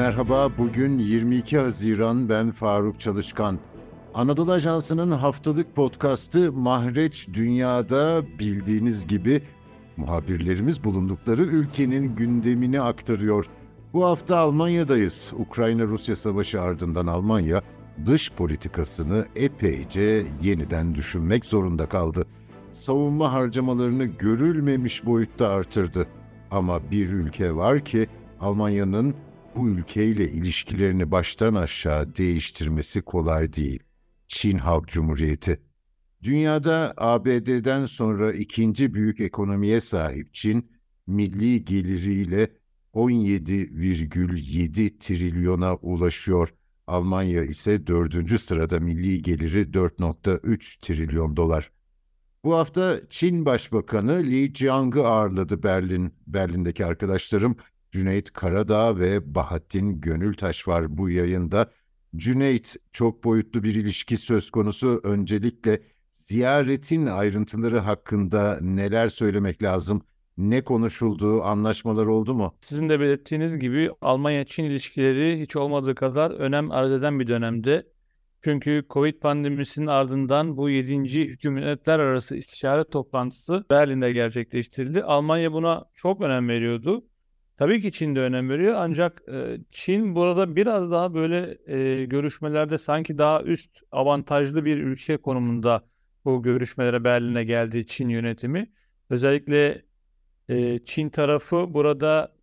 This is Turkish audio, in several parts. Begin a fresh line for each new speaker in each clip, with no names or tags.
Merhaba, bugün 22 Haziran, ben Faruk Çalışkan. Anadolu Ajansı'nın haftalık podcastı Mahreç Dünya'da bildiğiniz gibi muhabirlerimiz bulundukları ülkenin gündemini aktarıyor. Bu hafta Almanya'dayız. Ukrayna-Rusya savaşı ardından Almanya dış politikasını epeyce yeniden düşünmek zorunda kaldı. Savunma harcamalarını görülmemiş boyutta artırdı. Ama bir ülke var ki Almanya'nın bu ülkeyle ilişkilerini baştan aşağı değiştirmesi kolay değil. Çin Halk Cumhuriyeti. Dünyada ABD'den sonra ikinci büyük ekonomiye sahip Çin, milli geliriyle 17,7 trilyona ulaşıyor. Almanya ise dördüncü sırada, milli geliri 4,3 trilyon dolar. Bu hafta Çin Başbakanı Li Qiang'ı ağırladı Berlin'deki arkadaşlarım. Cüneyt Karadağ ve Bahattin Gönültaş var bu yayında. Cüneyt, çok boyutlu bir ilişki söz konusu. Öncelikle ziyaretin ayrıntıları hakkında neler söylemek lazım? Ne konuşuldu, anlaşmalar oldu mu?
Sizin de belirttiğiniz gibi Almanya-Çin ilişkileri hiç olmadığı kadar önem arz eden bir dönemde. Çünkü Covid pandemisinin ardından bu 7. hükümetler arası istişare toplantısı Berlin'de gerçekleştirildi. Almanya buna çok önem veriyordu. Tabii ki Çin de önem veriyor, ancak Çin burada biraz daha böyle görüşmelerde sanki daha üst avantajlı bir ülke konumunda bu görüşmelere Berlin'e geldi Çin yönetimi. Özellikle Çin tarafı burada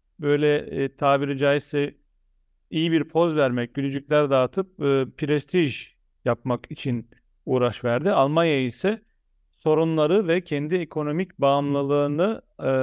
böyle tabiri caizse iyi bir poz vermek, gülücükler dağıtıp prestij yapmak için uğraş verdi. Almanya ise sorunları ve kendi ekonomik bağımlılığını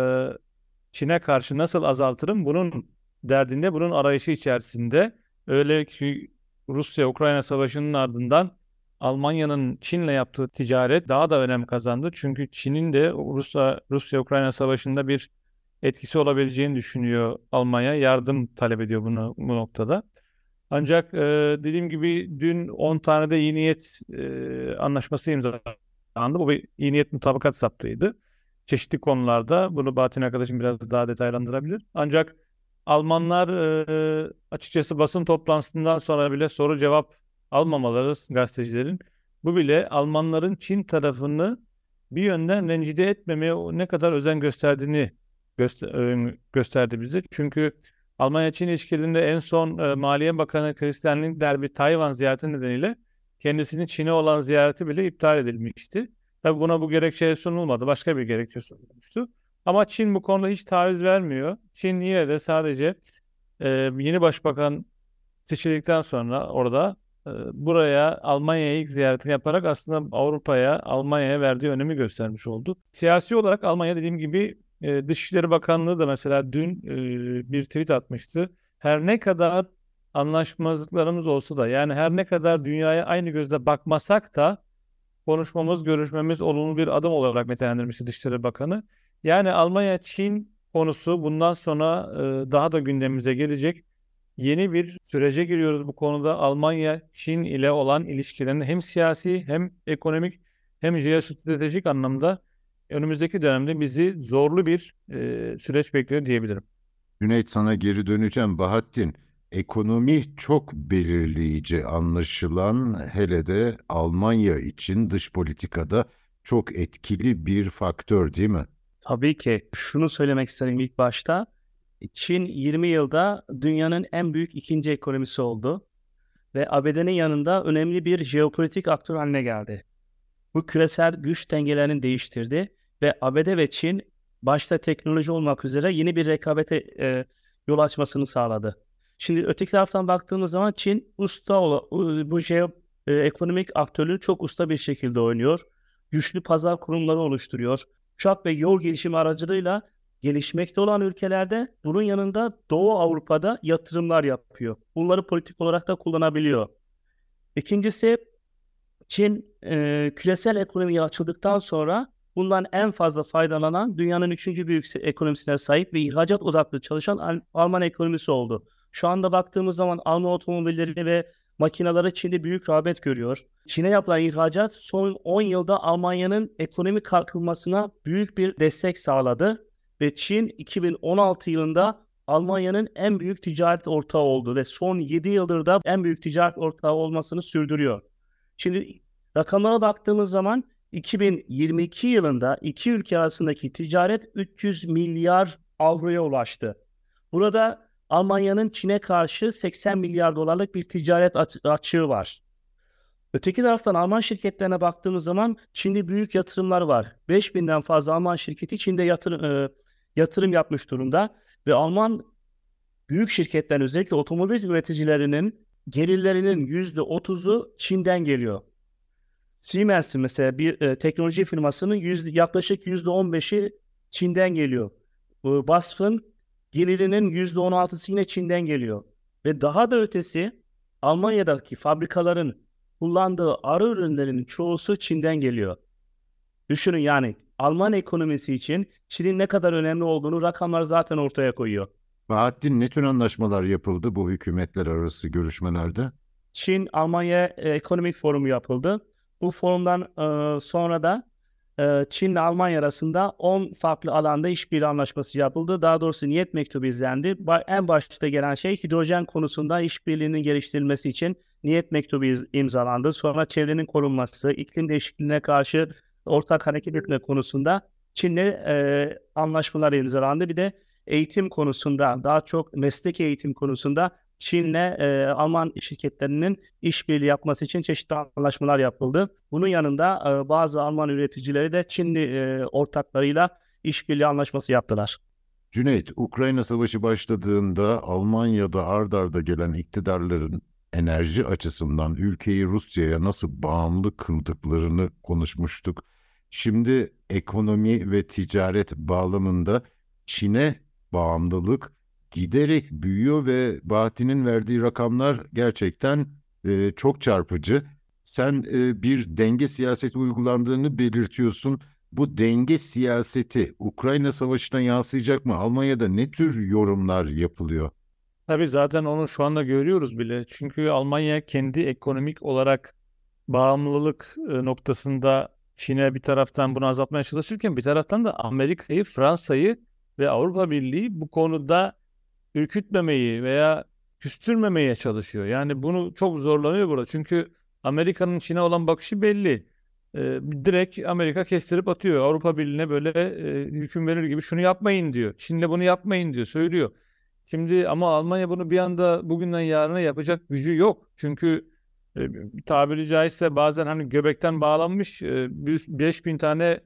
Çin'e karşı nasıl azaltırım bunun derdinde, bunun arayışı içerisinde. Öyle ki Rusya-Ukrayna savaşının ardından Almanya'nın Çin'le yaptığı ticaret daha da önem kazandı. Çünkü Çin'in de Rusya-Ukrayna savaşında bir etkisi olabileceğini düşünüyor Almanya. Yardım talep ediyor bu noktada. Ancak dediğim gibi dün 10 tane de iyi niyet anlaşması imzalandı. Bu bir iyi niyet mutabakat saptıydı. Çeşitli konularda. Bunu Bahattin arkadaşım biraz daha detaylandırabilir. Ancak Almanlar açıkçası basın toplantısından sonra bile soru cevap almamaları gazetecilerin, bu bile Almanların Çin tarafını bir yönden rencide etmemeye ne kadar özen gösterdiğini gösterdi bize. Çünkü Almanya-Çin ilişkilerinde en son Maliye Bakanı Christian Lindner bir Tayvan ziyareti nedeniyle kendisinin Çin'e olan ziyareti bile iptal edilmişti. Tabii buna bu gerekçe sunulmadı. Başka bir gerekçe sunulmuştu. Ama Çin bu konuda hiç taviz vermiyor. Çin yine de sadece yeni başbakan seçildikten sonra orada buraya Almanya'ya ilk ziyaretini yaparak aslında Avrupa'ya, Almanya'ya verdiği önemi göstermiş oldu. Siyasi olarak Almanya, dediğim gibi, Dışişleri Bakanlığı da mesela dün bir tweet atmıştı. Her ne kadar anlaşmazlıklarımız olsa da, yani her ne kadar dünyaya aynı gözle bakmasak da konuşmamız, görüşmemiz olumlu bir adım olarak nitelendirmişti Dışişleri Bakanı. Yani Almanya-Çin konusu bundan sonra daha da gündemimize gelecek. Yeni bir sürece giriyoruz bu konuda. Almanya-Çin ile olan ilişkilerin hem siyasi hem ekonomik hem jeostratejik anlamda önümüzdeki dönemde bizi zorlu bir süreç bekliyor diyebilirim.
Cüneyt, sana geri döneceğim. Bahattin, ekonomi çok belirleyici anlaşılan, hele de Almanya için dış politikada çok etkili bir faktör, değil mi?
Tabii ki şunu söylemek isterim ilk başta. Çin 20 yılda dünyanın en büyük ikinci ekonomisi oldu ve ABD'nin yanında önemli bir jeopolitik aktör haline geldi. Bu küresel güç dengelerini değiştirdi ve ABD ve Çin başta teknoloji olmak üzere yeni bir rekabete yol açmasını sağladı. Şimdi öteki taraftan baktığımız zaman Çin bu ekonomik aktörlüğü çok usta bir şekilde oynuyor. Güçlü pazar kurumları oluşturuyor. Uçak ve yol gelişimi aracılığıyla gelişmekte olan ülkelerde bunun yanında Doğu Avrupa'da yatırımlar yapıyor. Bunları politik olarak da kullanabiliyor. İkincisi, Çin küresel ekonomiye açıldıktan sonra bundan en fazla faydalanan dünyanın 3. büyük ekonomisine sahip ve ihracat odaklı çalışan Alman ekonomisi oldu. Şu anda baktığımız zaman Alman otomobilleri ve makineleri Çin'de büyük rağbet görüyor. Çin'e yapılan ihracat son 10 yılda Almanya'nın ekonomik kalkınmasına büyük bir destek sağladı ve Çin 2016 yılında Almanya'nın en büyük ticaret ortağı oldu ve son 7 yıldır da en büyük ticaret ortağı olmasını sürdürüyor. Şimdi rakamlara baktığımız zaman 2022 yılında iki ülke arasındaki ticaret 300 milyar avroya ulaştı. Burada Almanya'nın Çin'e karşı 80 milyar dolarlık bir ticaret açığı var. Öteki taraftan Alman şirketlerine baktığımız zaman Çin'de büyük yatırımlar var. 5000'den fazla Alman şirketi Çin'de yatırım yapmış durumda ve Alman büyük şirketlerin özellikle otomobil üreticilerinin gelirlerinin %30'u Çin'den geliyor. Siemens'in mesela bir teknoloji firmasının yaklaşık %15'i Çin'den geliyor. BASF'ın gelirinin %16'sı yine Çin'den geliyor. Ve daha da ötesi Almanya'daki fabrikaların kullandığı ara ürünlerinin çoğusu Çin'den geliyor. Düşünün yani Alman ekonomisi için Çin'in ne kadar önemli olduğunu rakamlar zaten ortaya koyuyor.
Bahattin, ne tür anlaşmalar yapıldı bu hükümetler arası görüşmelerde?
Çin-Almanya Ekonomik Forumu yapıldı. Bu forumdan sonra da Çin ile Almanya arasında 10 farklı alanda işbirliği anlaşması yapıldı. Daha doğrusu niyet mektubu izlendi. En başta gelen şey hidrojen konusunda işbirliğinin geliştirilmesi için niyet mektubu imzalandı. Sonra çevrenin korunması, iklim değişikliğine karşı ortak hareket etme konusunda Çin'le anlaşmalar imzalandı. Bir de eğitim konusunda, daha çok meslek eğitim konusunda Çin'le Alman şirketlerinin işbirliği yapması için çeşitli anlaşmalar yapıldı. Bunun yanında bazı Alman üreticileri de Çinli ortaklarıyla işbirliği anlaşması yaptılar.
Cüneyt, Ukrayna Savaşı başladığında Almanya'da ard arda gelen iktidarların enerji açısından ülkeyi Rusya'ya nasıl bağımlı kıldıklarını konuşmuştuk. Şimdi ekonomi ve ticaret bağlamında Çin'e bağımlılık giderek büyüyor ve Bahattin'in verdiği rakamlar gerçekten çok çarpıcı. Sen bir denge siyaseti uygulandığını belirtiyorsun. Bu denge siyaseti Ukrayna Savaşı'na yansıyacak mı? Almanya'da ne tür yorumlar yapılıyor?
Tabii zaten onu şu anda görüyoruz bile. Çünkü Almanya kendi ekonomik olarak bağımlılık noktasında Çin'e bir taraftan bunu azaltmaya çalışırken bir taraftan da Amerika'yı, Fransa'yı ve Avrupa Birliği bu konuda ürkütmemeyi veya küstürmemeye çalışıyor. Yani bunu çok zorlanıyor burada. Çünkü Amerika'nın Çin'e olan bakışı belli. Direkt Amerika kestirip atıyor. Avrupa Birliği'ne böyle hüküm verir gibi şunu yapmayın diyor. Çin'le bunu yapmayın diyor, söylüyor. Şimdi ama Almanya bunu bir anda bugünden yarına yapacak gücü yok. Çünkü tabiri caizse bazen hani göbekten bağlanmış 5000 tane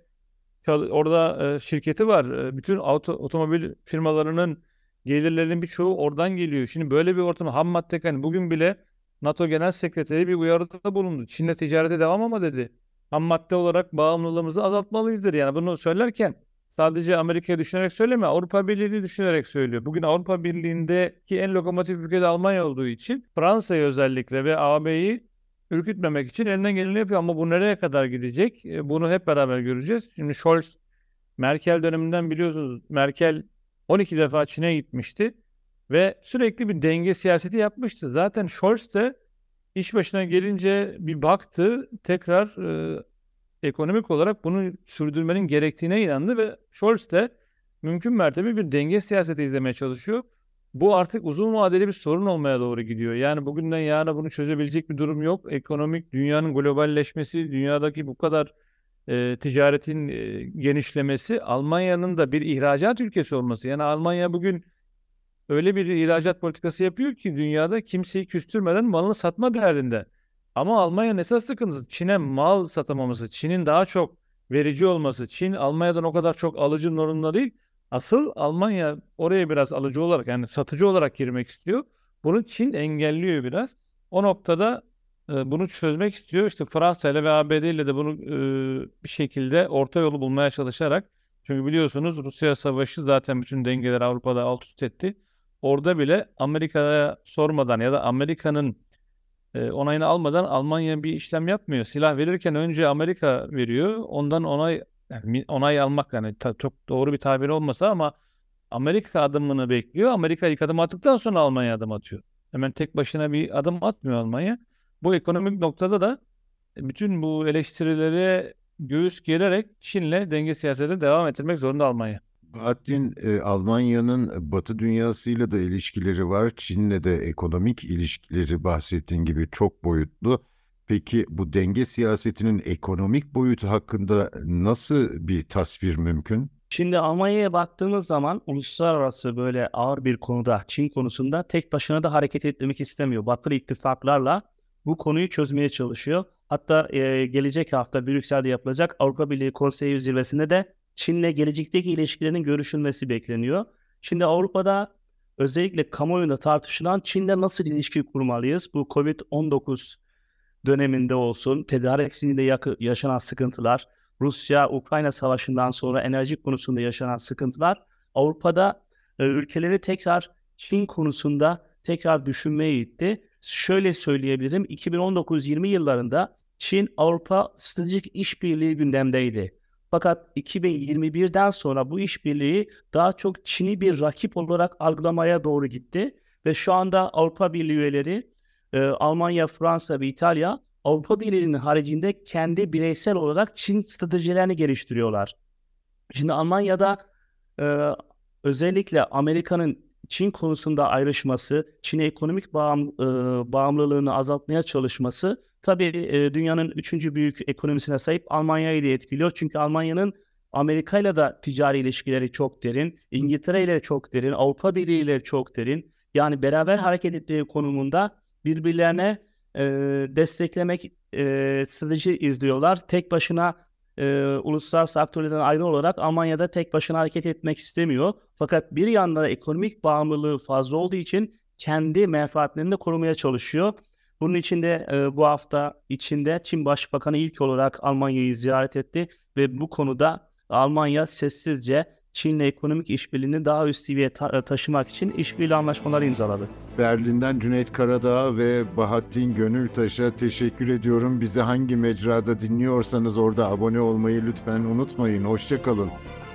orada şirketi var. Bütün otomobil firmalarının gelirlerinin birçoğu oradan geliyor. Şimdi böyle bir ortam ham madde, hani bugün bile NATO Genel Sekreteri bir uyarıda bulundu. Çin'le ticarete devam ama dedi. Ham madde olarak bağımlılığımızı azaltmalıyız dedi. Yani bunu söylerken sadece Amerika'yı düşünerek söylemiyor. Avrupa Birliği'ni düşünerek söylüyor. Bugün Avrupa Birliği'ndeki en lokomotif ülke de Almanya olduğu için Fransa'yı özellikle ve AB'yi ürkütmemek için elinden geleni yapıyor. Ama bu nereye kadar gidecek? Bunu hep beraber göreceğiz. Şimdi Scholz, Merkel döneminden biliyorsunuz, Merkel 12 defa Çin'e gitmişti ve sürekli bir denge siyaseti yapmıştı. Zaten Scholz de iş başına gelince bir baktı, tekrar ekonomik olarak bunu sürdürmenin gerektiğine inandı ve Scholz de mümkün mertebe bir denge siyaseti izlemeye çalışıyor. Bu artık uzun vadeli bir sorun olmaya doğru gidiyor. Yani bugünden yarına bunu çözebilecek bir durum yok. Ekonomik, dünyanın globalleşmesi, dünyadaki bu kadar ticaretin genişlemesi, Almanya'nın da bir ihracat ülkesi olması. Yani Almanya bugün öyle bir ihracat politikası yapıyor ki dünyada kimseyi küstürmeden malını satma derdinde. Ama Almanya'nın esas sıkıntısı Çin'e mal satamaması, Çin'in daha çok verici olması. Çin Almanya'dan o kadar çok alıcı durumda değil. Asıl Almanya oraya biraz alıcı olarak, yani satıcı olarak girmek istiyor. Bunu Çin engelliyor biraz. O noktada bunu çözmek istiyor. İşte Fransa ile ve ABD ile de bunu bir şekilde orta yolu bulmaya çalışarak. Çünkü biliyorsunuz Rusya savaşı zaten bütün dengeleri Avrupa'da alt üst etti. Orada bile Amerika'ya sormadan ya da Amerika'nın onayını almadan Almanya bir işlem yapmıyor. Silah verirken önce Amerika veriyor. Ondan onay almak, yani çok doğru bir tabir olmasa ama Amerika adımını bekliyor. Amerika ilk adım attıktan sonra Almanya adım atıyor. Hemen tek başına bir adım atmıyor Almanya. Bu ekonomik noktada da bütün bu eleştirilere göğüs gererek Çin'le denge siyasetine devam ettirmek zorunda Almanya.
Bahattin, Almanya'nın Batı dünyasıyla da ilişkileri var. Çin'le de ekonomik ilişkileri bahsettiğin gibi çok boyutlu. Peki bu denge siyasetinin ekonomik boyutu hakkında nasıl bir tasvir mümkün?
Şimdi Almanya'ya baktığımız zaman uluslararası böyle ağır bir konuda, Çin konusunda tek başına da hareket etmek istemiyor. Batılı ittifaklarla bu konuyu çözmeye çalışıyor. Hatta gelecek hafta Brüksel'de yapılacak Avrupa Birliği Konseyi zirvesinde de Çin'le gelecekteki ilişkilerin görüşülmesi bekleniyor. Şimdi Avrupa'da özellikle kamuoyunda tartışılan Çin'le nasıl ilişki kurmalıyız? Bu Covid-19 döneminde olsun, tedarik zincirinde yaşanan sıkıntılar, Rusya-Ukrayna savaşından sonra enerji konusunda yaşanan sıkıntılar Avrupa'da ülkeleri tekrar Çin konusunda tekrar düşünmeye itti. Şöyle söyleyebilirim, 2019-20 yıllarında Çin-Avrupa stratejik işbirliği gündemdeydi. Fakat 2021'den sonra bu işbirliği daha çok Çin'i bir rakip olarak algılamaya doğru gitti ve şu anda Avrupa Birliği üyeleri Almanya, Fransa ve İtalya Avrupa Birliği'nin haricinde kendi bireysel olarak Çin stratejilerini geliştiriyorlar. Şimdi Almanya'da özellikle Amerika'nın Çin konusunda ayrışması, Çin'e ekonomik bağımlılığını azaltmaya çalışması tabii dünyanın 3. büyük ekonomisine sahip Almanya'yı da etkiliyor. Çünkü Almanya'nın Amerika'yla da ticari ilişkileri çok derin, İngiltere ile çok derin, Avrupa Birliği ile çok derin. Yani beraber hareket ettiği konumunda birbirlerine desteklemek strateji izliyorlar. Tek başına uluslararası aktörlerden ayrı olarak Almanya'da tek başına hareket etmek istemiyor. Fakat bir yanda ekonomik bağımlılığı fazla olduğu için kendi menfaatlerini de korumaya çalışıyor. Bunun için de bu hafta içinde Çin Başbakanı ilk olarak Almanya'yı ziyaret etti ve bu konuda Almanya sessizce Çin'le ekonomik işbirliğini daha üst seviyeye taşımak için işbirliği anlaşmaları imzaladı.
Berlin'den Cüneyt Karadağ ve Bahattin Gönültaş'a teşekkür ediyorum. Bizi hangi mecrada dinliyorsanız orada abone olmayı lütfen unutmayın. Hoşça kalın.